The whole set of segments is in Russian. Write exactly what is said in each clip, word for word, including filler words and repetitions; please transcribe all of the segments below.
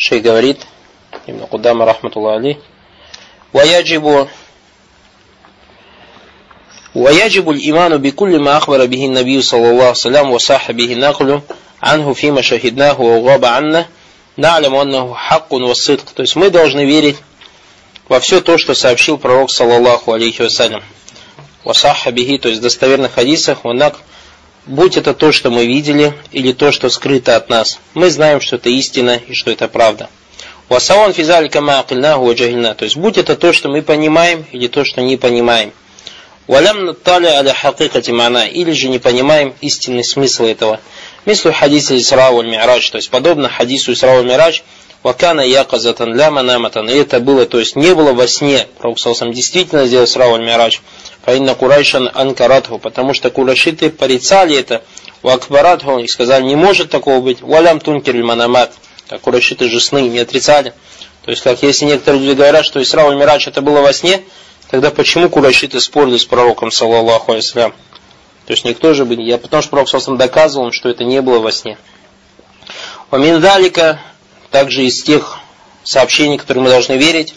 Шейх говорит, Ибн Кудама рахматуллах алейх, ويجب ويجب الإيمان بكل ما أخبر به النبي صلى الله عليه وسلم وصح به نقله عنه فيما شهدناه وغاب عنا نعلم أنه حق والصدق. То есть мы должны верить во все то, что сообщил пророк саллаллаху алейхи вассалям. وصح به, то есть в достоверных хадисах, будь это то, что мы видели, или то, что скрыто от нас. Мы знаем, что это истина и что это правда. وَسَوَانْ فِي ذَلِكَ مَا عَقِلْنَاهُ وَجَهِلْنَاهُ, то есть будь это то, что мы понимаем, или то, что не понимаем. وَلَمْ نَطَّلِعْ عَلَى حَقِيقَةِ مَعْنَاهُ, или же не понимаем истинный смысл этого. مثل حديث الإسراء والمعراج, то есть подобно хадису Исра валь Ми'радж, وَكَانَ يَقَظَةً لَا مَنَامَةً, и это было, то есть не было во сне. Пророк саллаллаху действительно сделал Исра валь Ми'радж. فَإِنَّ قُرَيْشًا أَنْكَرَتْهُ, потому что курайшиты порицали это. وَأَكْبَرَتْهُ, и сказали, не может такого быть. وَلَمْ تُنْكِرِ الْمَنَامَاتِ, а курайшиты же сны не отрицали. То есть, как если некоторые люди говорят, что Исра валь Ми'радж это было во сне, тогда почему курайшиты спорили с пророком, саллаллаху алейхи ва саллям? То есть никто же бы, я потому что пророк саллаллаху алейхи ва саллям доказывал, что это не было во сне. وَمِنْ ذَلِكَ, также из тех сообщений, которые мы должны верить,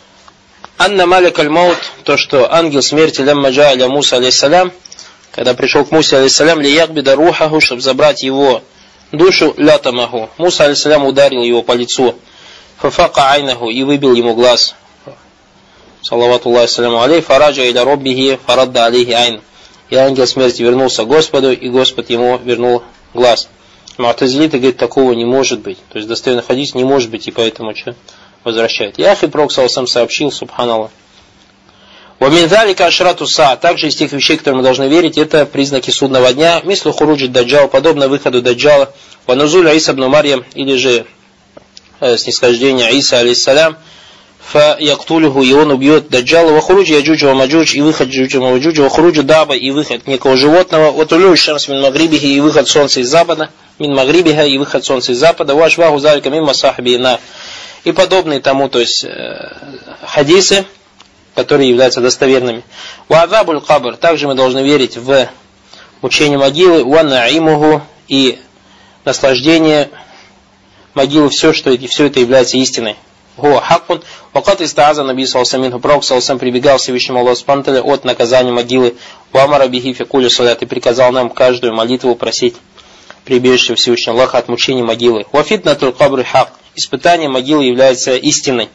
«Анна малик аль-маут», то, что ангел смерти лямма джа иля Муса алейхиссалям, когда пришел к Мусе алейхиссалям, ли ягбида рухаху, чтобы забрать его душу, лятамаху. Муса алейхиссалям ударил его по лицу, фафака айнаху, и выбил ему глаз. Салавату Аллаху саляму алейхи, фараджа иля роббихи, фарадда алейхи айн. И ангел смерти вернулся к Господу, и Господь ему вернул глаз. Му'тазилиты говорят, такого не может быть. То есть достоверный хадис не может быть, и поэтому что возвращает. Яхи пророк саллаллаху алейхи ва саллям сообщил, субханаллах. وَمِنْ ذَلِكَ أَشْرَاتُ السَّاعَةِ, также из тех вещей, которые мы должны верить, это признаки судного дня, мислу хуруджи даджал, подобно выходу даджала, وَنُزُولَ Иса ибн Марьям, или же э, снисхождение Иса алейхиссалям, фа-яктулюху, и он убьет даджала, вахуруджи яджуджа ва маджудж, и выход джуджа ва маджуджа, вахуруджа даба, и выход некого животного, ватулю шамс мин магрибихи, и выход солнца из запада, мин магрибиха, и выход солнца из запада, вашваху залика мин масахбина, и подобные тому, то есть э, хадисы, которые являются достоверными. Ва'адабуль кабр, также мы должны верить в мучение могилы, ва наимуху, и наслаждение могилы, все, что и все это является истиной. Хуа хаккун, вакат истааза наби саллаллаху алейхи ва саллям, пророк саллаллаху алейхи ва саллям прибегал Всевышнему Аллаху субхану ва тааля от наказания могилы, ва амара бихи фи кулли салят, и приказал нам каждую молитву просить прибежище Всевышнего Аллаха от мучения могилы. Ва фитнатуль кабри хак, испытание могилы является истиной.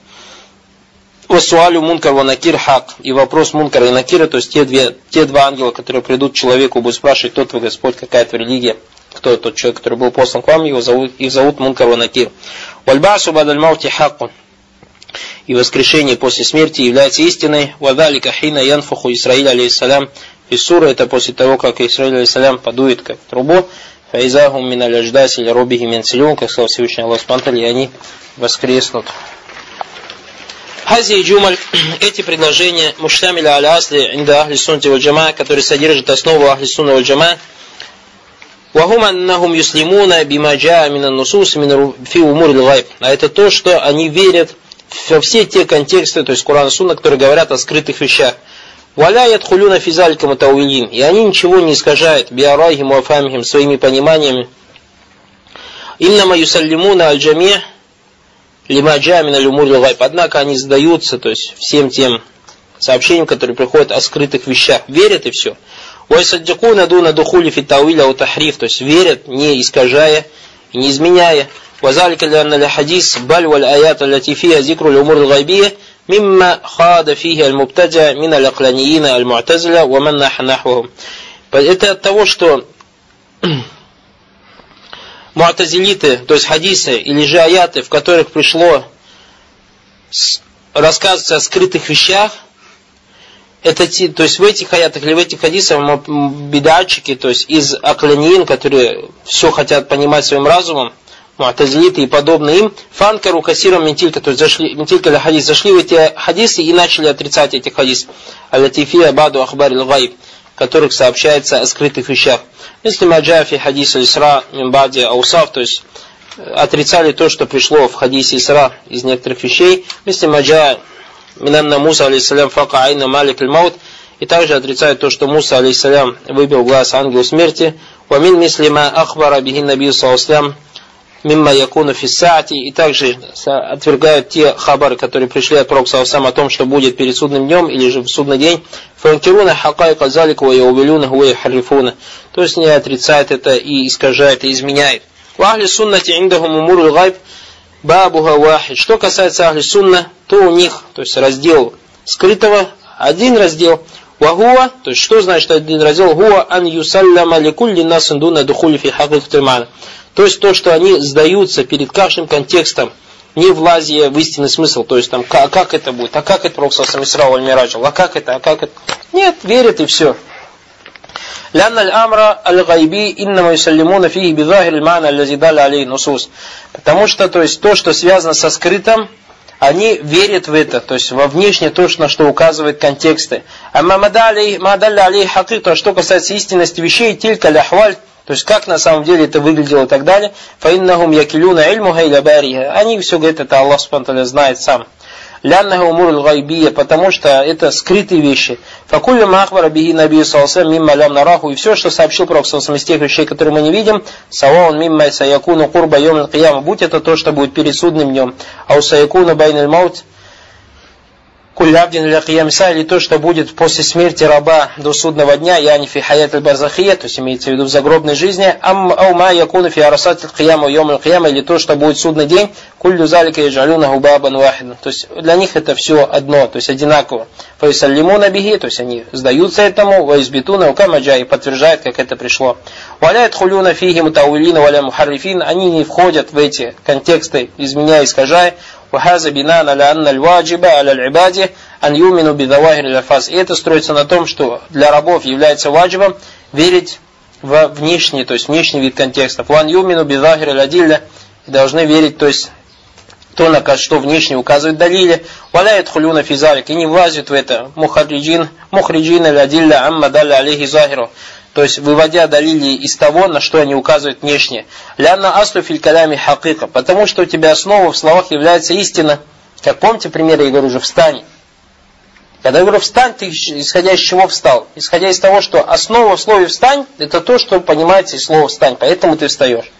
Ва суалю мункар ва накир хак, и вопрос мункара и накира, то есть те, две, те два ангела, которые придут к человеку, будут спрашивать, кто твой Господь, какая твоя религия, кто тот человек, который был послан к вам, его зовут, их зовут мункар ва накир. Вальбасу бадаль маути хаккун, и воскрешение после смерти является истиной. Вадалика хина янфуху Исраиль алейхиссалям, и сура, это после того, как Исраиль алейхиссалям подует как трубу, фаизахум мин аль-аждаси ля робихи мин силюн, как сказал Всевышний Аллах субхану ва тааля, и они воскреснут. Хази и джумаль, эти предложения муштамиля аля асли инда ахли суннати валь джамаа, которые содержат основу ахли сунна валь джамаа, вахум аннахум юслимуна бима джаа мин ан-нусус мин фи умурил гайб, а это то, что они верят во все те контексты, то есть Куран и Сунна, которые говорят о скрытых вещах. Валя ядхулюна фи залика мутауилин, и они ничего не искажают биарайхим ва фамихим, своими пониманиями. Иннама юсаллимуна аль-джами' лима джаа мин аль-умурил гайб, однако они сдаются, то есть всем тем сообщениям, которые приходят о скрытых вещах, верят и все. Ва ясаддикуна дуна духули фи тауиля ва тахриф, то есть верят, не искажая и не изменяя. وذلك لأن الحديث بل والآيات التي فيها ذكر الأمور الغيبية مما خاض فيه المبتدع من العقلانيين المعتزلة ومن نحوهم. Это от того, что му'тазилиты, то есть хадисы или же аяты, в которых пришло рассказываться о скрытых вещах, это те, то есть в этих аятах или в этих хадисах бидатчики, то есть из акланиин, которые все хотят понимать своим разумом, му'тазилиты и подобные им, фанкару кассирам ментилька, то есть зашли, ментилька для хадис, зашли в эти хадисы и начали отрицать этих хадис, аллатифия баду ахбарил гайб, в которых сообщается о скрытых вещах. Если маджа фи хадис аль-Исра мин ба'ди аусаф, то есть отрицали то, что пришло в хадисе Исра из некоторых вещей. Если маджа минанна Муса алейхиссалям фака айна малик аль-маут, и также отрицают то, что Муса алейхиссалям выбил глаз ангелу смерти. Ва мин мислима ахбара бихи наби саллаллаху алейхи ва саллям мимма якуну фиссаати, и также отвергают те хабары, которые пришли от Пророка саллаллаху алейхи ва саллям о том, что будет перед судным днем или же в судный день. Фанкируна хакайка залика ва яувилюна ва яхаррифуна. То есть не отрицает это и искажает, и изменяет. Ва ахли суннати индахум умурул гайб бабуха вахид. Что касается ахли сунна, то у них, то есть раздел скрытого, один раздел. Вахуа, то есть что значит один раздел? Хуа ан юсалляма ликулли насин дуна духули фи хакикати мана. То есть то, что они сдаются перед каждым контекстом, не влазия в истинный смысл. То есть там, как, как это будет, а как это Пророк саллаллаху алейхи ва саллям аль-Мираджил, а как это, а как это. Нет, верят и все. Лянна аль-амра аль-гайби иннама юсаллимуна фихи бидахир аль-мана аллази далля алейхи нусус. Потому что, то есть то, что связано со скрытым, они верят в это, то есть во внешнее то, на что указывают контексты. А мадалля алей хакита, что касается истинности вещей, тилька ляхваль, то есть как на самом деле это выглядело и так далее, фаиннахум якилюна ильмуха иля бариха. Они все говорят, это Аллах субхану ва тааля знает сам. Ляннаху умурул гайбия, потому что это скрытые вещи. Факулли ма ахбара бихи набию саллаллаху алейхи ва саллям мимма лям нараху, и все, что сообщил Пророк саллаллаху алейхи ва саллям из тех вещей, которые мы не видим, саваун мимма саякуну курба йом аль-кияма, будь это то, что будет перед судным днем, ау саякуну байна маут куллябдин ля киямиса, или то, что будет после смерти раба до судного дня, яни фи хаят аль-барзахия, то есть имеется в виду в загробной жизни, ам ау ма якуну фи арасат аль-кияма йом аль-кияма, или то, что будет судный день, куллю залика яджалюнаху бабан вахидан. То есть для них это все одно, то есть одинаково. Фаисаллимуна бихи, то есть они сдаются этому, ваизбитуна укамаджа, и подтверждают, как это пришло. Валяет хулюна фихи мутауилина валя мухаррифин, они не входят в эти контексты, изменяя, искажая. وهذا بناء على أن الواجب على العباد أن يؤمنوا بظواهر الألفاظ. И это строится на том, что для рабов является ваджибом верить в внешний, то есть внешний вид контекстов. وأن يؤمنوا بظاهر الأدلة, и должны верить, то есть то, на что внешне указывает далили. ولا يدخلون في ذلك, и не влазят в это мухриджин мухриджин الأدلة عما دل عليه ظاهره. То есть выводя далили из того, на что они указывают внешне. Лянна аслу филь калями хакика, потому что у тебя основа в словах является истина. Как помните пример, я говорю уже, встань. Когда я говорю встань, ты исходя из чего встал? Исходя из того, что основа в слове встань, это то, что понимается из слова встань, поэтому ты встаешь.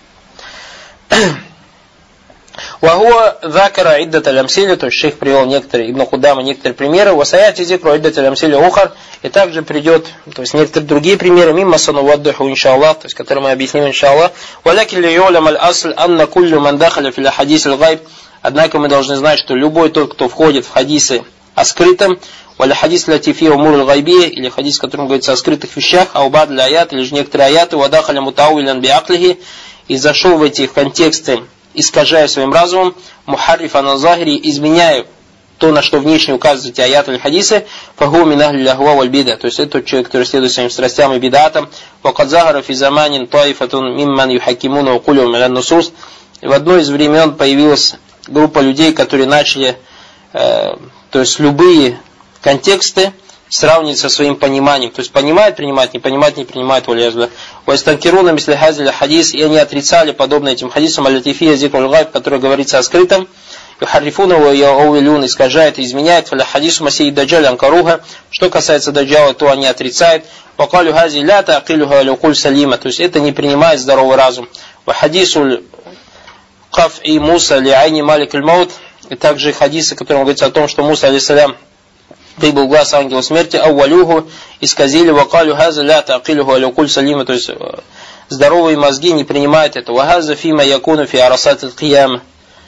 Вахуа закара иддат аль-амсили, то есть шейх привел некоторые, Ибн Кудама, некоторые примеры, васаяти зикру иддат аль-амсили ухар, и также придет, то есть некоторые другие примеры, мимма сануваддуху иншаллах, то есть которые мы объясним иншаллах. Валяки ли юлям аль-асль анна куллю ман дахаля филя хадис аль-гайб, однако мы должны знать, что любой тот, кто входит в хадисы о скрытом, валя хадис латифи умур аль-гайбия, или хадис, в котором говорится о скрытых вещах, аубад ля аят, или же некоторые аяты, вадахаля мутауилян биаклихи, и зашел в эти контексты, искажая своим разумом, мухарриф аназахири, изменяя то, на что внешне указывают эти аяты или хадисы, фаху минахли ляхва валь бида, то есть это тот человек, который следует своим страстям и бидатам, вакад захара фи заманин таифатун мимман юхакимуна укулю милян нусус. В одно из времен появилась группа людей, которые начали, э, то есть любые контексты сравнивать со своим пониманием. То есть понимает, принимает, не понимает, не принимает. Ваистанкируна мисли хазиля хадис, и они отрицали подобно этим хадисам аль-латифия зикруль гайб, который говорится о скрытом. Юхаррифуна ва яувилюн, искажает и изменяет. Фаля хадису масии даджаль анкаруха. Что касается даджала, то они отрицают. Вакалю хази ля таакилюха алюкуль салима. То есть это не принимает здоровый разум. Ва хадису каф и Муса ли айни малик аль-маут. И также хадисы, которые говорится о том, что Муса алейхиссалям прибыл глаз ангела смерти, ауалюху, исказили, вакалю хаза ля таакилюху алюкуль салима, то есть здоровые мозги не принимают это. Вахаза фима якуну фи арасат аль-кияма.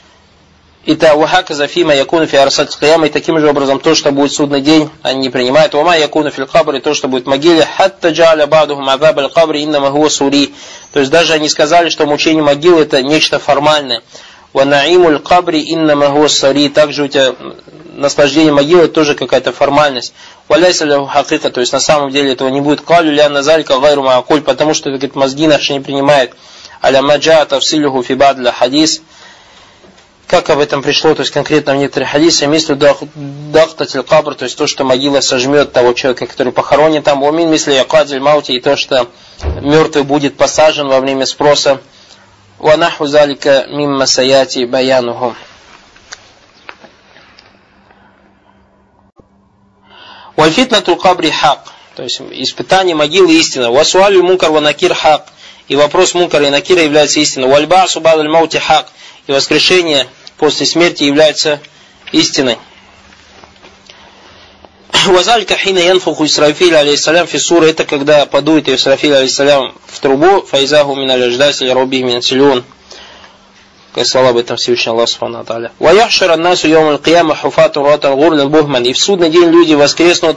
И та вахаказа фима якуну фи арасат аль-кияма, и таким же образом то, что будет судный день, они не принимают. Вама якуну фи аль-кабри, то, что будет в могиле, хатта джаля бадухум азаб аль-кабри иннама хуа сури. То есть даже они сказали, что мучение могилы это нечто формальное. Ва наимуль кабри иннама хуа сури. Также у тебя наслаждение могилы тоже какая-то формальность. Валяйся ляху хакика, то есть на самом деле этого не будет. Калю ля назалька гайру маакуль, потому что говорит, мозги наши не принимают. Аля маджа тавсилюху фи бадля хадис. Как об этом пришло, то есть конкретно в некоторых хадисах, мислю дахтатиль кабр, то есть то, что могила сожмет того человека, который похоронен там. Умин мисли якадиль маути, и то, что мертвый будет посажен во время спроса. Ванаху залика мимма саяти баянуху. Вальфитнатул кабри хак. То есть испытание могилы истина. Васуалю мункар ва накир хак. И вопрос мункара и накира является истиной. Вальбасу бадаль маути хак. И воскрешение после смерти является истиной. Вазалька хина янфуху Исрафиль алейхиссалям фиссура. Это когда подует Исрафиль алейхиссалям в трубу. Файзаху миналь аждаси робби мин силюн. Как сказал об этом Всевышний Аллах Субхану ва Тааля. Ваяхшар аннасу йом аль-кияма хуфату ратан гурлан бухман. И в судный день люди воскреснут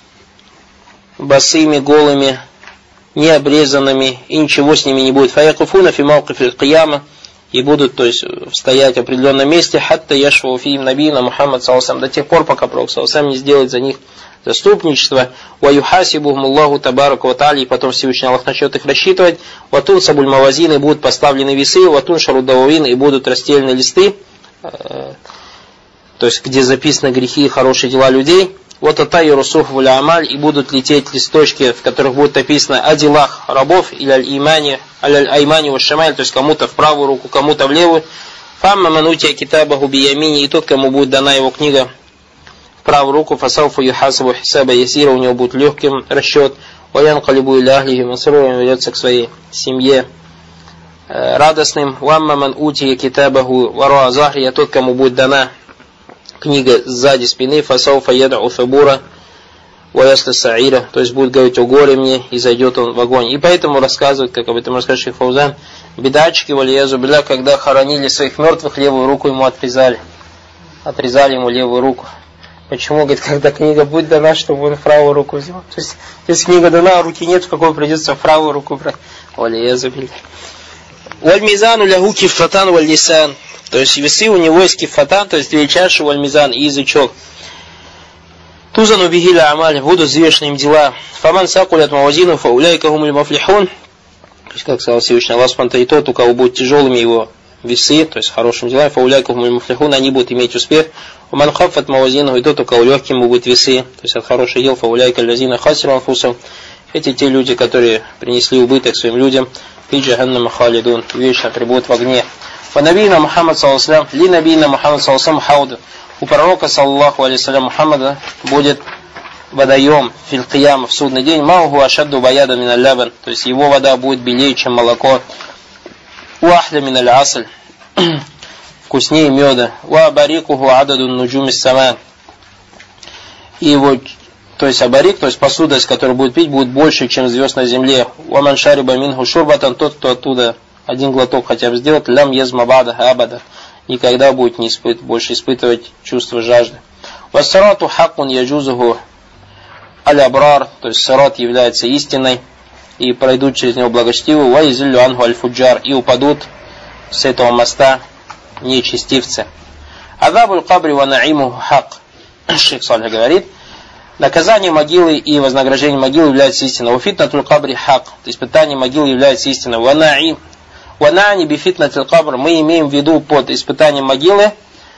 босыми, голыми, необрезанными, и ничего с ними не будет. Фаякуфуна фи мауқиф аль-кияма. И будут, то есть, стоять в определенном месте, хатта яшву фиим набийна Мухаммад саллаллаху, до тех пор, пока Пророк саллаллаху не сделает за них заступничество. Ва юхасибухум Аллаху табараку ва тааля, и потом Всевышний Аллах начнет их рассчитывать. Ватун сабуль мавазин, и будут поставлены весы, ватун шарудававин, и будут расстелены листы, то есть, где записаны грехи и хорошие дела людей. Вот атайю русуф валя амаль, и будут лететь листочки, в которых будет написано о делах рабов, или аль-имане, аль-аймане ва шамаль, то есть кому-то в правую руку, кому-то в левую. Фамма манутия китабаху биямини, и тот, кому будет дана его книга в правую руку, фасауфу юхасабу хисаба ясира, у него будет легким расчет, ваян калибу иля ахлихи масрура, ведется к своей семье радостным. Вамма ман утия китабаху варуа захри, а тот, кому будет дана книга сзади спины, фасауфа яд'у фабура ваясла саира, то есть будет говорить: о горе мне, и зайдет он в огонь. И поэтому рассказывают, как об этом рассказывает шейх Фаузан, бедачки валиязу билля, когда хоронили своих мертвых, левую руку ему отрезали. Отрезали ему левую руку. Почему? Говорит, когда книга будет дана, чтобы он в правую руку взял. То есть, если книга дана, а руки нет, в какой придется в правую руку брать. Валиязу билля. Валь мизану лягу кифатан валь лисан. То есть весы у него есть кифатан, то есть величайший вальмизан и язычок. Тузану бигиля амаль, будут взвешены им дела. Фаман сакулят мавазину фауляйка гумуль мафлихун. То есть, как сказал Всевышний Аллах, и тот, у кого будут тяжелыми его весы, то есть хорошим делами, фауляйка гумуль мафлихун, они будут иметь успех. Уман хаффат мавазину, и тот, у кого легкими будут весы, то есть от хороших дел, фауляйка лязина хасиру анфусам. Эти те люди, которые принесли убыток своим людям, фи джаханнама халидун, вечно прибудут в огне. По набийна Мухаммад саллаллаху ли набийна Мухаммад саллаллаху хауд. У пророка саллаллаху алейхи Мухаммада будет водоем фил кияма, в судный день, мауху ашадду баяда мин аль-лабан, то есть его вода будет белее, чем молоко. Уахля мин аль-асль, вкуснее меда. Ва барикуху ададу нуджуми сама. И его, то есть абарик, то есть посуда, из которой будет пить, будет больше, чем звезд на земле. Ва ман шариба минху шурбатан, тот, кто оттуда один глоток хотя бы сделать, лям язма бада абада, никогда будет не испыт, больше испытывать чувство жажды. Вассарату хакун яджузуху аль-абрар, то есть сарат является истиной, и пройдут через него благочестивые, ва изиллю ангу аль-фуджар, и упадут с этого моста нечестивцы. Адабуль кабри ва наимуху хак. Шейх Салих говорит, наказание могилы и вознаграждение могилы является истиной. Ва фитнатуль кабри хак, то есть испытание могилы является истиной. Ва наим Ванани бифитнатил кабр, мы имеем в виду под испытанием могилы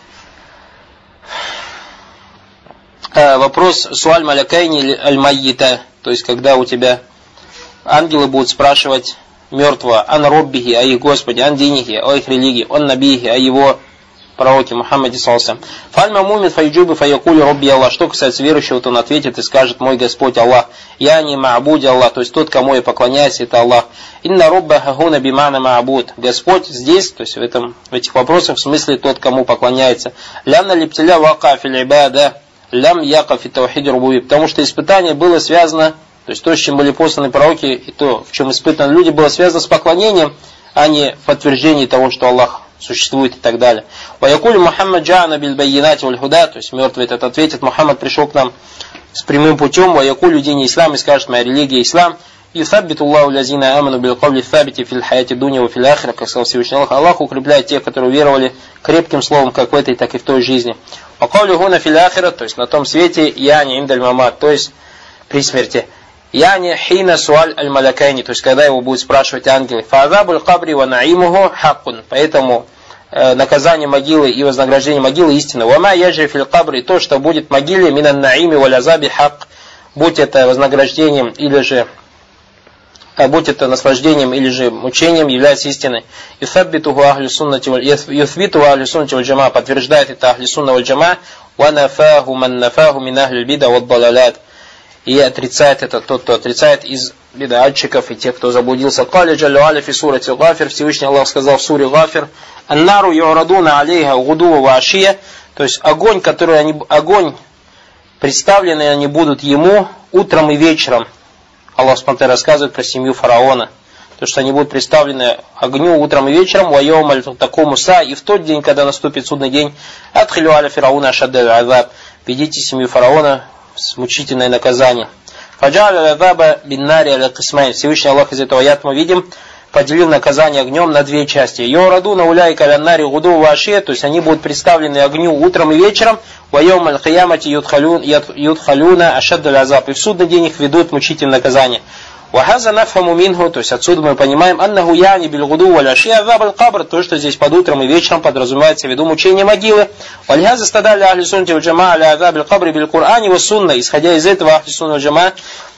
э, вопрос суаль малякайни аль-майита, то есть когда у тебя ангелы будут спрашивать мертвого ан роббихи, о их Господе, ан динихи, о их религии, ан набихи, о его пророке Мухаммаде саллаллаху алейхи ва саллям. Фальма мумин файджубы фаякули робби Аллах. Что касается верующего, то он ответит и скажет: мой Господь Аллах. Я не ма'буди Аллах, то есть тот, кому я поклоняюсь, это Аллах. Инна робба хахуна бимана ма'буд. Господь здесь, то есть в, этом, в этих вопросах, в смысле тот, кому поклоняется. Лямна липтиля вака фил ибада, лям яка фи таухид рубуби. Потому что испытание было связано, то есть то, с чем были посланы пророки, и то, в чем испытаны люди, было связано с поклонением, а не подтверждением того, что Аллах существует и так далее. Ваякули Мухаммад джа'ана биль баййинати валь худа, то есть мертвый этот ответит: Мухаммад пришел к нам с прямым путем. Ваякули дин ислам, и скажет: моя религия ислам. Юсаббиту Аллаху лазина аману бил кавли сабити фил хаяти дуня ва фил ахира, как сказал Всевышний Аллах. Аллах укрепляет тех, которые веровали крепким словом, как в этой, так и в той жизни. Ва кавли гуна фил ахира, то есть на том свете, яни индаль мамат, то есть при смерти. Яни хина суаль аль-малякайни, то есть когда его будут спрашивать ангелы. Фаазабуль кабри ва наимуху хаккун. Поэтому э, наказание могилы и вознаграждение могилы истина. Вама яджи фил кабри, то, что будет в могиле, минан наими валь азаби хак, будь это вознаграждением или же а будь это наслаждением или же мучением, является истиной. Юсаббитуху ахли суннати валь джама, подтверждает это ахли сунна валь джама, ва нафаху ман нафаху мин ахли бида вад далалят. и отрицает это тот, кто отрицает из бид'атчиков и тех, кто заблудился. Каля джаллю аля фи сурати Гафир, Всевышний Аллах сказал в суре Гафир: «Аннару юрадуна алейха гудува ва ашия», то есть огонь, который они, огонь, представленный они будут ему утром и вечером. Аллах Субхану рассказывает про семью фараона, то, что они будут представлены огню утром и вечером, вайомаль такому са, и в тот день, когда наступит судный день, адхилю аля фирауна ашаддаль азаб, ведите семью фараона с мучительное наказание. Фаджаля азаба биннари аля кисмайн, Всевышний Аллах из этого аят мы видим, поделил наказание огнем на две части. Йораду на уляйка ляннари гуду вашия, то есть они будут представлены огню утром и вечером, вайом аль-хиямати юдхалюна ашаддаль азаб, и в судный день их ведут мучительное наказание. Вахаза нафхаму минху, то есть отсюда мы понимаем, аннаху яни биль гуду валь ашия азаб аль-кабр, то, что здесь под утром и вечером подразумевается в виду мучение могилы. Вальхаза стадали ахли сунти валь джама аля азаб аль-кабри биль Кур'ани ва сунна, исходя из этого ахли сунна валь джама,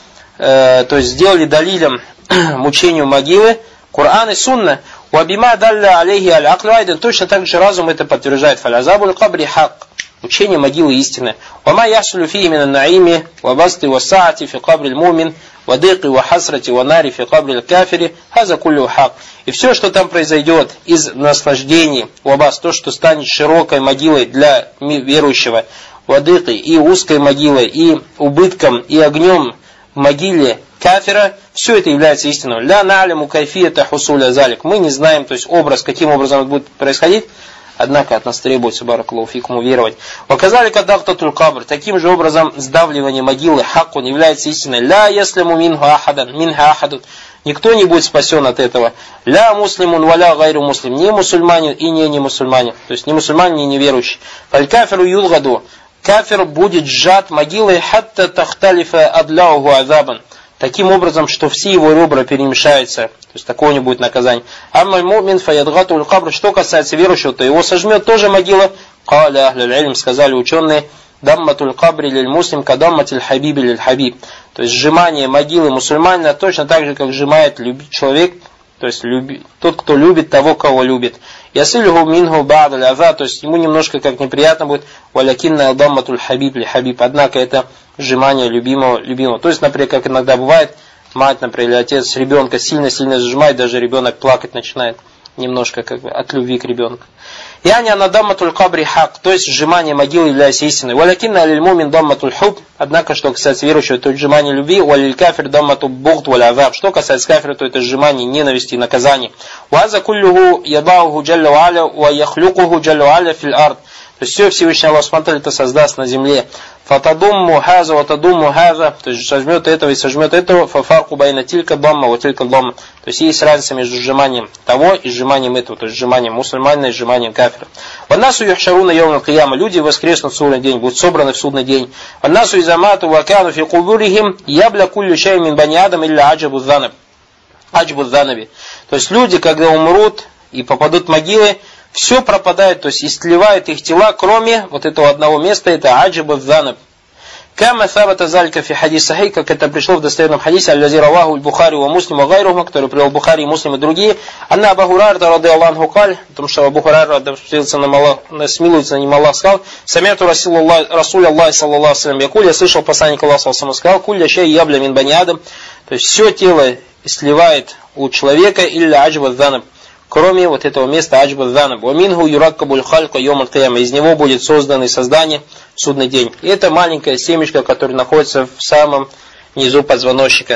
э, то есть сделали далилем мучению могилы Кур'ан и Сунна, уабима далля алейхи аль-аклю айдан, точно так же разум это подтверждает. Фалязабу аль-кабри хак, учение могилы истины. Вама ясулю фи именно наими, вабасты васаати фи кабри аль-мумин, вадыки вахасрати ванари фи кабри аль-кафири, хаза куллю хак. И все, что там произойдет из наслаждений, вабас, то, что станет широкой могилой для верующего, вадыки и узкой могилой, и убытком, и огнем в могиле кафира, все это является истиной. Ля на'ляму кайфията хусуля залик. Мы не знаем, то есть образ, каким образом это будет происходить, однако от нас требуется, баракаллаху фикум, уверовать. Показали кадахтатуль кабр. Таким же образом сдавливание могилы хаккун является истиной. Ля ясляму минху ахадан, минха ахадун. Никто не будет спасен от этого. Ля муслимун валя гайру муслим. Не мусульманин и не не мусульманин. То есть не мусульманин, не неверующий. Фаль кафиру юлгаду. Кафир будет сжат могилой хатта тахталифа адляуху азабан. Таким образом, что все его ребра перемешаются. То есть такого не будет наказания. Аммаль мумин фаядгату аль-кабр. Что касается верующего, то его сожмет тоже могила. Каля ахляль ильм, сказали ученые, дамматуль кабри лиль муслим кадамматиль хабиби лиль хабиб. То есть сжимание могилы мусульманина точно так же, как сжимает любит человек, то есть люби, тот, кто любит того, кого любит. Ясилюху минху ба'даль аза, то есть ему немножко как неприятно будет. Валякинна алдамматуль хабиб ли хабиб. Однако это сжимание любимого, любимого. То есть, например, как иногда бывает, мать, например, или отец ребенка сильно-сильно сжимает, даже ребенок плакать начинает немножко как бы от любви к ребенку. Яни анадамматуль кабри хак, то есть сжимание могилы является истиной. Валякинна алиль мумин дамматуль хуб, однако, что касается верующего, то это сжимание любви, валиль кафир дамматуль бугд валь азаб. Что касается кафира, то это сжимание ненависти и наказания. Ваза куллюху ябауху джалля ва аля ва яхлюкуху джалля ва аля фил ард. То есть все Всевышний Аллах Субхану ва Тааля это создаст на земле. Фатадумму хаза ва тадумму хаза, то есть сожмет этого и сожмет этого, фафарку байна тилька дамма ва тилька дамма. То есть есть разница между сжиманием того и сжиманием этого, то есть сжиманием мусульманина и сжиманием кафира. Ваннасу юхшаруна йоум аль-кияма, люди воскреснут в судный день, будут собраны в судный день. Ваннасу изамату ва кану фи кубурихим ябля куллю шай мин бани адам илля аджабу занаб. Аджабу занаби. То есть люди, когда умрут и попадут в могилы, все пропадает, то есть истлевают их тела, кроме вот этого одного места, это аджабу занаб. Кама сабата залька фи хадис сахи, как это пришло в достоверном хадисе, аль-лази раваху аль-Бухари ва Муслим ва гайрухма, который привел Бухари, Муслим и другие. Анна Абу Хурайра радийаллаху анху каль, потому что Абу Хурайра, да смилуется на ним Аллах, сказал: «Самяту Расуль Аллах саллаллаху алейхи ва саллям якуль», я слышал посланник Аллаха саллаллаху алейхи ва саллям, сказал: «Кулля шей ябля мин бани адам», то есть все тело сливает у человека илля аджба занаб, кроме вот этого места аджба занаб. Ва минху юраккабуль халька йом аль-кияма, из него будет создано создание в судный день. И это маленькая семечко, которое находится в самом низу позвоночника.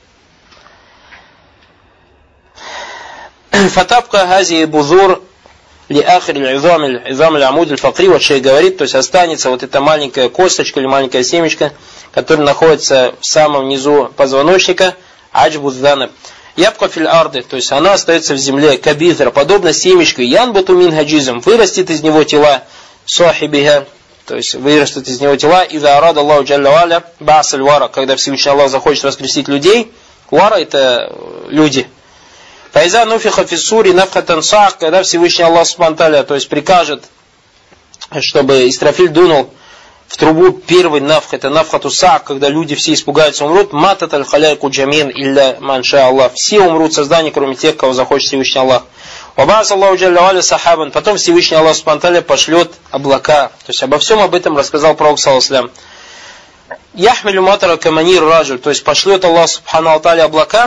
Фатабка хази бузур ли ахри изам аль-амуд аль-факри, вот шейх говорит, то есть останется вот эта маленькая косточка или маленькая семечко, которая находится в самом низу позвоночника, аджбу занаб. Ябка фил арды, то есть она остается в земле, кабитра, подобно семечку, янбату мин хаджизм, вырастет из него тела, сахибиха, то есть вырастут из него тела, иза арада Аллаху джалля ва аля ба'саль вара, когда Всевышний Аллах захочет воскресить людей, вара это люди. Файза нуфиха фиссури нафхатан саак, когда Всевышний Аллах субхану ва тааля, то есть прикажет, чтобы Исрафиль дунул в трубу первый нафх, это нафхату саак, когда люди все испугаются, умрут, матат аль-халяйку джамин илля манша Аллах, все умрут создания, кроме тех, кого захочет Всевышний Аллах. Вабас Аллаху джалля ва аля сахабан, потом Всевышний Аллах субхану ва тааля пошлет облака, то есть обо всем об этом рассказал пророк саллаллаху алейхи ва саллям. Яхмилю матара каманир раджуль, то есть пошлет Аллах субхану тааля облака,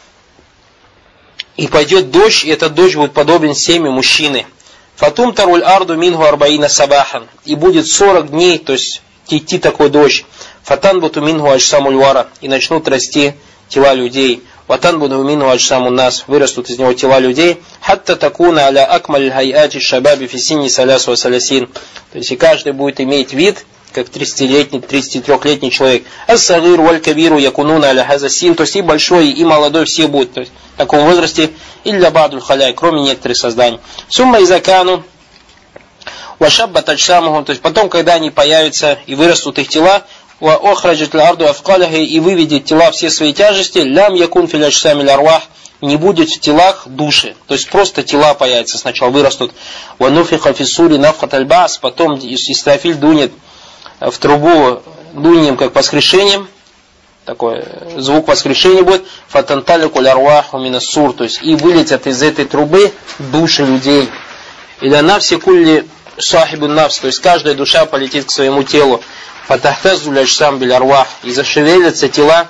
и пойдет дождь, и этот дождь будет подобен семя мужчины. Фатум таруль арду мингу арбаина сабахан, и будет сорок дней, то есть идти такой дождь. Фатан буту мингу аджсамуль вара, и начнут расти тела людей. Ватан буту мингу аджсаму нас, вырастут из него тела людей. Хатта такуна аля акмаль хайати шабаби фисини салясу салясин, то есть и каждый будет иметь вид как тридцатилетний, тридцатитрёхлетний человек. Ас-сагир валь кабиру якунуна аля хазасин, то есть и большой, и молодой все будут, то есть в таком возрасте, илля бадуль халяй, кроме некоторых созданий. Сумма изакану вашабба таджсамуху, то есть потом, когда они появятся и вырастут их тела, ва охраджат ларду афкаляхи, и выведет тела все свои тяжести, лям якун фил аджсамил арвах, не будет в телах души, то есть просто тела появятся, сначала вырастут. Ва нуфиха фиссури нафхат аль-бас, потом Исрафиль дунет в трубу дунием, как воскрешением, такой звук воскрешения будет, фатантали куль арваху минассур, то есть и вылетят из этой трубы души людей. Или нафси кулли сахибу нафс, то есть каждая душа полетит к своему телу. Фатахтазу ляджсам биль арвах, и зашевелятся тела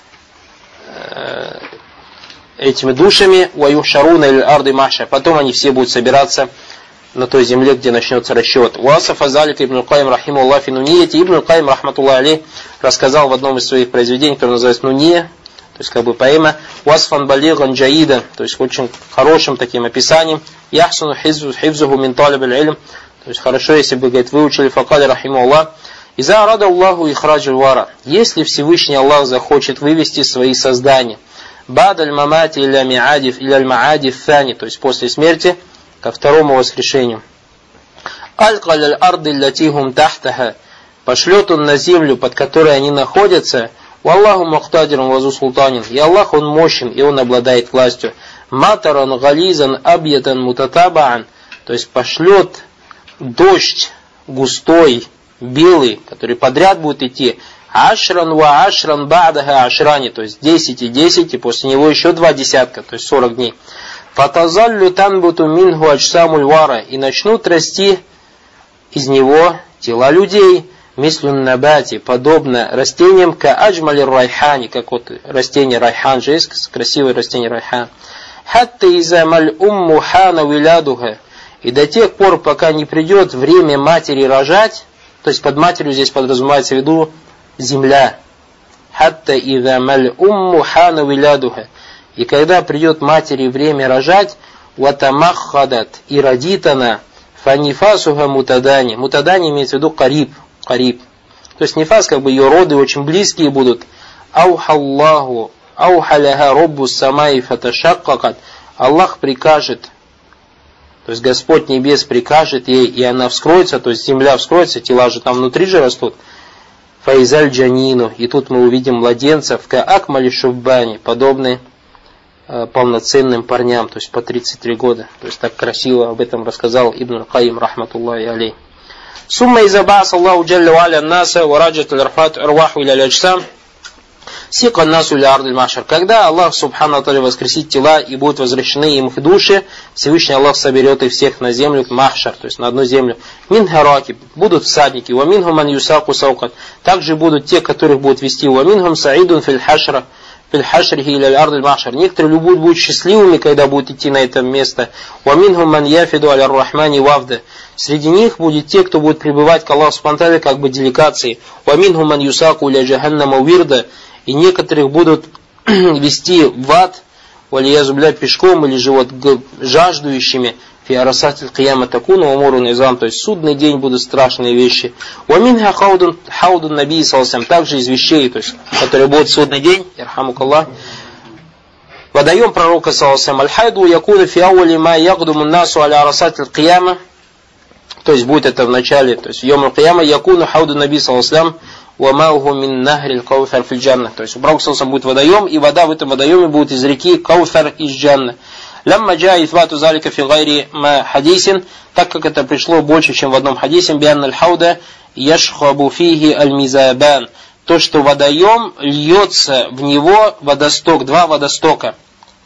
э, этими душами, ваюхшаруна иль арды маша, потом они все будут собираться на той земле, где начнется расчет. Уасаф азалик ибн Каим рахимуллах фи нунияти, ибн Каим рахматуллах алейх рассказал в одном из своих произведений, которое называется Нуния, то есть как бы поэма, Уасфан балиган джаида, то есть очень хорошим таким описанием, яхсуну хифзуху мин талиб аль-илм, то есть хорошо, если бы, говорит, выучили факали рахимуллах, иза арада Аллаху ихраджу вара, если Всевышний Аллах захочет вывести свои создания, бадаль мамати иля миадиф иля аль-маадиф фани, то есть после смерти, ко второму воскрешению. Аль-каль аль-арды латихум тахтаха, пошлет он на землю, под которой они находятся, Аллаху мухтадирун вазу султанин, и Аллах он мощен, и он обладает властью. Матаран гализан абьятан мутатабаан, то есть пошлет дождь густой, белый, который подряд будет идти, ашран ва ашран ба'даха ашрани, то есть десять и десять, и после него еще два десятка, то есть сорок дней. Фатазаллю танбуту мингу аджсамуль вара, и начнут расти из него тела людей, мислюн набати, подобно растениям, ка аджмали райхани, как вот растение райхан же есть, красивое растение райхан. Хатта изамаль умму хана вилядуха, и до тех пор, пока не придет время матери рожать, то есть под матерью здесь подразумевается в виду земля. Хатта изамаль умму хана вилядуха, и когда придет матери время рожать, ватамаххадат, и родит она, фанифасуха мутадани, мутадани имеется в виду кариб, кариб. То есть нифас, как бы ее роды очень близкие будут. Аухаллаху, аухаляха роббу самай фаташаккакат, Аллах прикажет, то есть Господь небес прикажет ей, и она вскроется, то есть земля вскроется, тела же там внутри же растут. Фаизаль джанину, и тут мы увидим младенцев, ка акмали шуббани, подобные полноценным парням, то есть по тридцать три года. То есть так красиво об этом рассказал Ибн Каим рахматуллахи алейх. Сумма изабас Аллаху джалля ва аля наса ва раджат аль-арфат арваху иля аль-аджсам сика насу ля ардиль махшар. Когда Аллах субхану тааля воскресит тела и будут возвращены им их души, Всевышний Аллах соберет их всех на землю, махшар, то есть на одну землю. Мин хараки, будут всадники, ва минхум ман юсаку саукат. Также будут те, которых будут вести, ва минхум саидун фил хашра. Некоторые люди будут счастливыми, когда будут идти на это место. Среди них будет те, кто будет пребывать к Аллаху спонтанно, как бы делегации. И некоторых будут вести в ад, пешком или же вот жаждущими. Фиарасатиль кияма такуна умуру низам, то есть судный день будут страшные вещи. Уаминха хаудун хаудун наби салсам, также из вещей, то есть, которые будут в судный день, ярхамукаллах. Водоем пророка салсам, аль-хайду якуна фи ауали ма ягдуму насу аля арасатиль кияма, то есть будет это в начале, то есть йом аль-кияма якуна хаудун наби салсам, уамауху мин нахрил кауфар фил джанна, то есть у пророка салсам будет водоем, и вода в этом водоеме будет из реки Кауфар из Джанна. Лямма джа ифбату залика фи гайри ма хадисин, так как это пришло больше, чем в одном хадисе, бианна аль-хауда яшхабу фихи аль-мизабан, то, что водоем льется в него водосток, два водостока.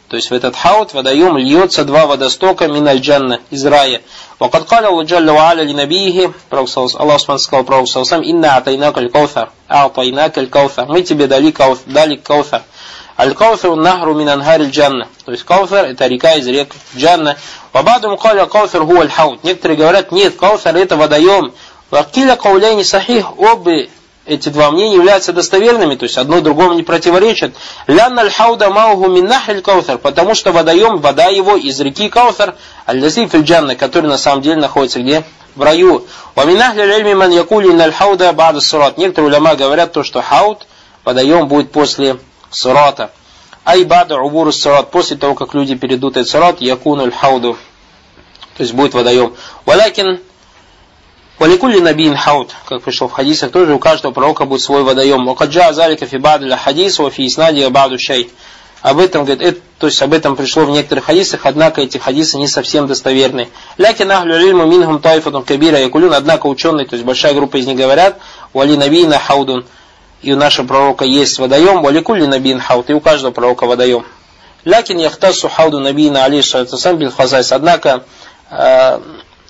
То есть в этот хауд, водоем, льется два водостока миналь джанна, из рая. وقد قال الله جل وعلا لنبيه, Аллах сказал пророку саллаллаху алейхи ва саллям: «Инна атайнака аль-каусар, а'тайнака аль-каусар». Мы тебе дали каусар, дали каусар. Аль-каусар нахру мин анхар аль-джанна. То есть каусар это река из рек джанна. Вабадум каля каусар хуа аль-хауд. Некоторые говорят, нет, каусар это водоем. Вакиля кауляйни сахих. Обе эти два мнения являются достоверными, то есть одно другому не противоречит. Лянна аль-хауда мауху мин нахр каусар. Потому что водоем, вода его из реки Каусар, аль-лази фил джанна, который на самом деле находится где? В раю. Ва мин ахли аль-ильми ман якули на аль-хауда ба'да ссират. Некоторые уляма говорят то, что хауд, водоем будет после сирата. Ай ба'да убуру ссират. После того, как люди перейдут этот сират, якуну аль-хауду. То есть будет водоем. Валякин валикулли набиин хауд, как пришло в хадисах, тоже у каждого пророка будет свой водоем. Вакаджа азалика фи ба'д аль-хадис ва фи иснади ба'ду шей. Об этом, говорит, это, то есть об этом пришло в некоторых хадисах, однако эти хадисы не совсем достоверны. Лякин ахлю ильму минхум тайфатун кабира якулюн, однако ученые, то есть большая группа из них говорят, вали набиина хаудун, и у нашего пророка есть водоем, валикулли набиин хауд, и у каждого пророка водоем. Лякин яхтасу хауду набиина алейхиссалату вассалям биль хазайс, однако э,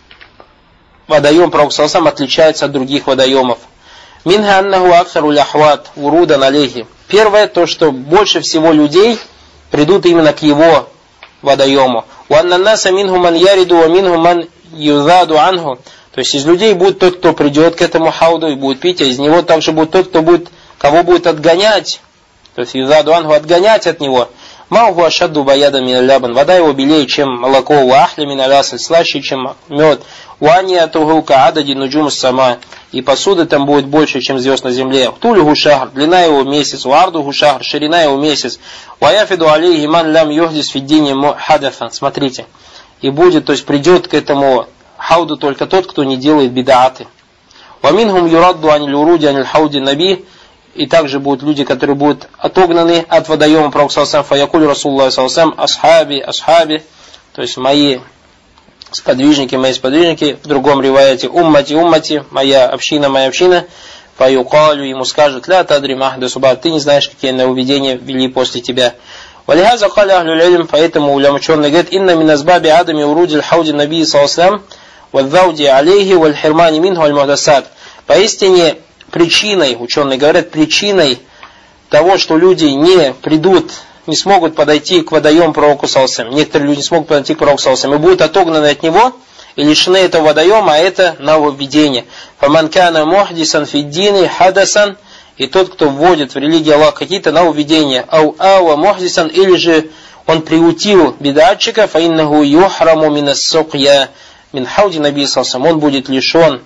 водоем пророка саллаллаху алейхи ва саллям отличается от других водоемов. Минха аннаху аксару ляхват урудан алейхи. Первое, то, что больше всего людей придут именно к его водоему. Уаннаннаса минху ман яриду ва минху ман юзаду анху. То есть из людей будет тот, кто придет к этому хауду и будет пить, а из него также будет тот, кто будет, кого будет отгонять. То есть юзаду анху, отгонять от него. Маху ашадду баяда мин аль-лабан. Вода его белее, чем молоко. Ва ахли мин аль-асль, слаще, чем мед. Уания тугука адади нуджум сама. И посуды там будет больше, чем звезд на земле. Тулюху шахр, длина его месяц. Уардуху шахр, ширина его месяц. Ваяфиду алейхи ман лям юхдис фиддини хадафан. Смотрите. И будет, то есть придет к этому хауду только тот, кто не делает бидааты. Ваминхум юрадду аниль уруди аниль хауди наби. И также будут люди, которые будут отогнаны от водоема пророка саллаллаху алейхи ва саллям. Фаякуль Расулуллах саллаллаху алейхи ва саллям асхаби, асхаби. То есть мои сподвижники, мои сподвижники. В другом риваяте уммати, уммати, моя община, моя община. Фаюкалю, ему скажут, ля тадри махда субат, ты не знаешь, какие нововведения ввели после тебя. Валихаза халя ахлюль илм, поэтому улям ученый говорит, инна миназбаби адами урудиль хауди наби саллаллаху алейхи ва саллям, ваддауди алейхи, вальхирмани минху аль-мухдасад. Поистине, причиной, ученые говорят, причиной того, что люди не придут, не смогут подойти к водоему пророку саллаллаху алейхи ва саллям. Некоторые люди не смогут подойти к пророку саллаллаху алейхи ва саллям и будут отогнаны от него и лишены этого водоема, а это нововведение. Фаман кана мухдисан фиддини хадасан, и тот, кто вводит в религию Аллаха какие-то нововведения, ау ава мухдисан, или же он приутил бидатчика, фаиннаху юхраму минас сукья мин хауди наби саллаллаху алейхи ва саллям, он будет лишен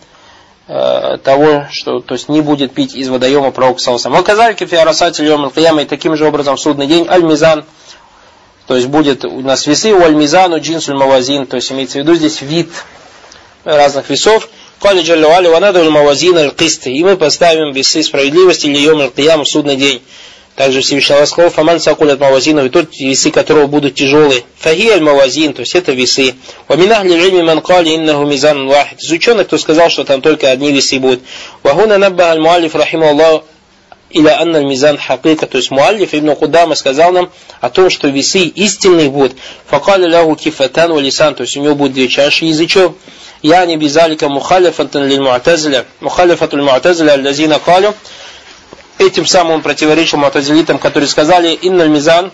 того, что, то есть не будет пить из водоема пророка саллаллаху алейхи ва саллям. Оказалки фиарасати льем аль-кияма, и таким же образом в судный день аль-мизан, то есть будет у нас весы, у аль-мизану джинсуль мавазин, то есть имеется в виду здесь вид разных весов. Кали джаллю али ванаду аль-мавазин аль-кисты, и мы поставим весы справедливости льем аль-кияма в судный день. Также Всевышний Аллах сказал, фаман сакулят мавазину, и тот весы, которого будут тяжелые. Фахи аль-мавазин, то есть это весы. Ваминахли льми ман кали иннаху мизан вахид. Из ученых, кто сказал, что там только одни весы будут. Вахуна набба аль-муаллиф рахиму Аллах иля анна аль-мизан хакика. То есть муаллиф ибн Кудама сказал нам о том, что весы истинные будут. Факали ляху кифатан валисан, то есть у него будет две чаши язычок. Яни бизалика мухалифатан лиль-му'тазиля. Мухалифатуль му'тазиля аль-лазина калю. Этим самым он противоречил му'тазилитам, которые сказали, инналь мизан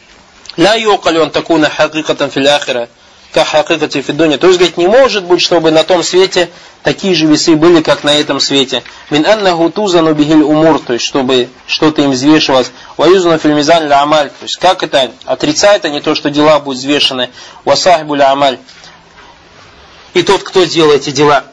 ля юкали он такуна хакикатан фил ахира, ка хакикати фид дуня. То есть, говорит, не может быть, чтобы на том свете такие же весы были, как на этом свете. Мин аннаху тузану бихиль умур, то есть, чтобы что-то им взвешивалось. Ваюзану филь мизан ля амаль, то есть, как это отрицает, а не то, что дела будут взвешены. Васахибу ля амаль. И тот, кто сделал эти дела.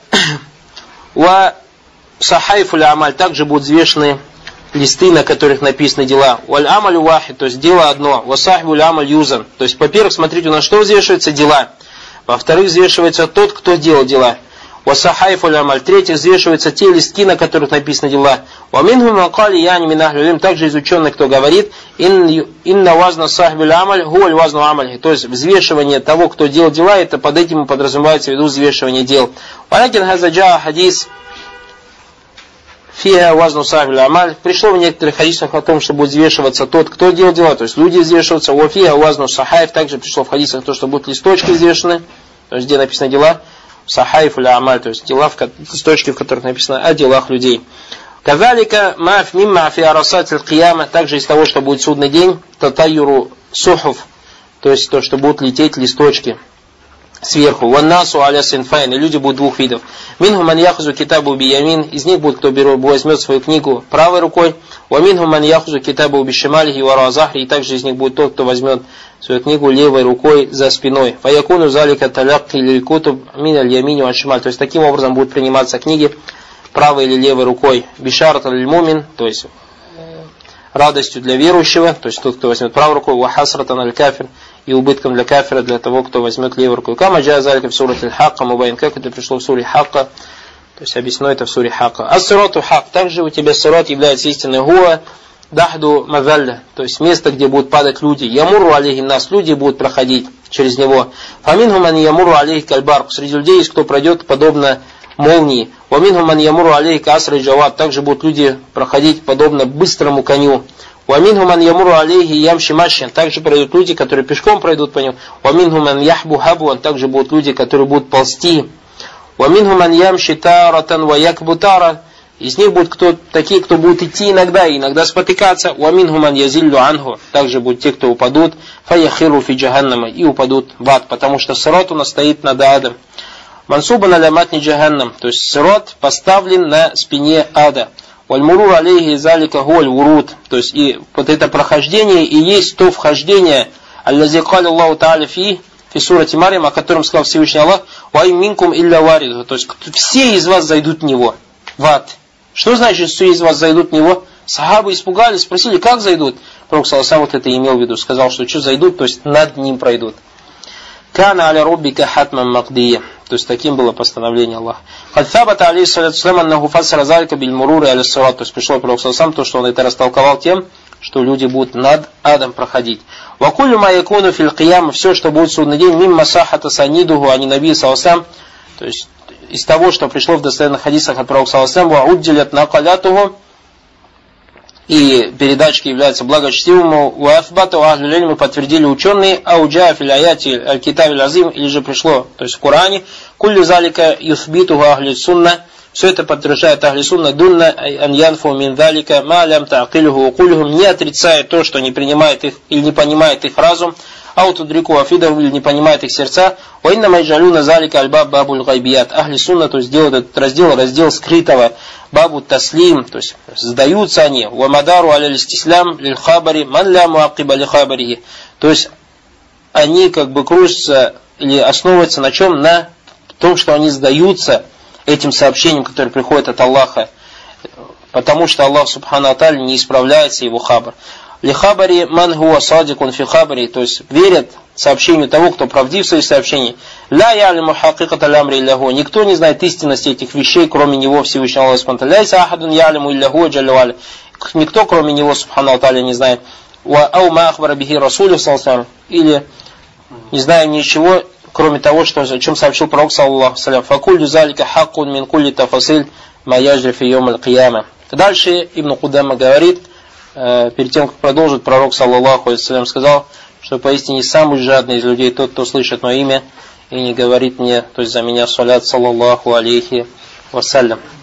Ва сахайфу ля амаль, также будут взвешены листы, на которых написаны дела. Валь амалю вахид, то есть дело одно. Васахибу ля амаль юзан. То есть, во-первых, смотрите, у нас что взвешивается? Дела. Во-вторых, взвешивается тот, кто делал дела. Васахайфу ля амаль. В-третьих, взвешиваются те листки, на которых написаны дела. Ваминху макали яни минахлюлим. Также из ученых, кто говорит, инна вазна сахибу ля амаль, гуаль вазну амаль. То есть, взвешивание того, кто делал дела, это под этим подразумевается в виду взвешивание дел. Валякин хазаджа хадис Фиа вазну сахиб амаль. Пришло в некоторых хадисах о том, что будет взвешиваться тот, кто делал дела, то есть люди взвешиваются. Ва фиа вазну сахайф. Также пришло в хадисах то, что будут листочки взвешены, то есть где написано дела. Сахайф или амаль, то есть дела, в, листочки, в которых написано о делах людей. Казалика маф мимма фи арасат аль-кияма. Также из того, что будет судный день, татайюру сухуф, то есть то, что будут лететь листочки сверху. Ваннасу аля синфайн. И люди будут двух видов. Минху ман яхузу китабу биямин. Из них будет, кто берет, возьмет свою книгу правой рукой. Ва минху ман яхузу китабу бишималихи вара захри. И также из них будет тот, кто возьмет свою книгу левой рукой за спиной. Фаякуну залика талякки лиль кутуб мин аль ямини ва шималь. То есть таким образом будут приниматься книги правой или левой рукой. Бишарат аль мумин. То есть радостью для верующего. То есть тот, кто возьмет правой рукой. Ва хасратан аль кафир. И убытком для кафира, для того, кто возьмет левую руку. Кама джа залика в суре аль-Хакка, мубайн, как это пришло в суре Хакка, то есть объяснено это в суре Хакка. Ас-сирату хак, также у тебя сират является истинной гуа, дахду мазалля, то есть место, где будут падать люди. Ямуру алейхи нас, люди будут проходить через него. Фаминху ман ямуру алейхи кальбарк, среди людей есть кто пройдет подобно молнии. Ваминху ман ямуру алейхи касры джавад, также будут люди проходить подобно быстрому коню. Ваминху ман ямуру алейхи ямши машин. Также пройдут люди, которые пешком пройдут по нему. Ваминху ман яхбу хабуан. Также будут люди, которые будут ползти. Ваминху ман ямши таратан ва якбу тара. Из них будут кто, такие, кто будут идти иногда и иногда спотыкаться. Ваминху ман язиллю анху. Также будут те, кто упадут. Фаяхиру фи джаханнама. И упадут в ад. Потому что сират у нас стоит над адом. Мансубан аля матни джаханнам. То есть сират поставлен на спине ада. Вальмурур алейхи залика гуаль вурут. То есть и вот это прохождение и есть то вхождение, аллази кали Аллаху та'аля фи, фи сурати Марьям, о котором сказал Всевышний Аллах, вай минкум илля варидху. То есть все из вас зайдут в него, в ад. Что значит, все из вас зайдут в него? Сахабы испугались, спросили, как зайдут? Пророк саллаллаху вот это имел в виду, сказал, что что зайдут, то есть над ним пройдут. Кана аля руббика хатман магдия. То есть таким было постановление Аллаха. Хадсабата алейхиссалату вассалям аннаху фассара залика биль мурури аля сират. То есть пришло пророк саллаллаху то, что он это растолковал тем, что люди будут над адом проходить. Ва куллю ма якуну фил қияма, все, что будет в судный день, мимма сахата санидуху ани наби саллаллаху. То есть из того, что пришло в достоверных хадисах от пророка саллаллаху ва уджилят накалятуху, и передачки являются благочестивым. У афбату ахлюль мы подтвердили ученые, ауджа фил аяти аль-китаби азим, или же пришло, то есть в Коране, куллю залика юсбитуху ахлю сунна, все это подтверждает ахли сунна, дунна аньянфу мин залика ма лям та'акилюху укулюхум, не отрицает то, что не принимает их или не понимает их разум, аутудрику афидаху, или не понимает их сердца. Ва инна майджалюна залика альбаб бабуль гайбият. Ахли сунна, то есть делают этот раздел, раздел скрытого, бабу таслим, то есть сдаются они. Ва мадару аля листислям лиль хабари ман ля муакиба ли хабарихи. То есть они как бы кружатся или основываются на чем? На том, что они сдаются этим сообщением, которое приходит от Аллаха, потому что Аллах субхану ва тааля не исправляется его хабар. Лихабари ман хуа садикун фи хабари, то есть верят сообщению того, кто правдив в своих сообщениях. Ля ялиму хакиката лямри илляху, никто не знает истинности этих вещей, кроме него, Всевышнего Аллаха субхану ва тааля. Ляйса ахадун ялиму илляху джалля ва аля, никто, кроме него, субхану ва тааля, не знает. Ва ау ма ахбара бихи расулю саллаллаху, или не знаю ничего, кроме того, что, о чем сообщил пророк саллаллаху алейхи. Факуллю залика хаккун мин кулли тафасиль ма яджри фи йом аль-кияма. Дальше Ибн Кудама говорит, перед тем, как продолжить, пророк саллаллаху алейхи сказал, что поистине самый жадный из людей тот, кто слышит мое имя и не говорит мне, то есть за меня салят саллаллаху алейхи вассалям.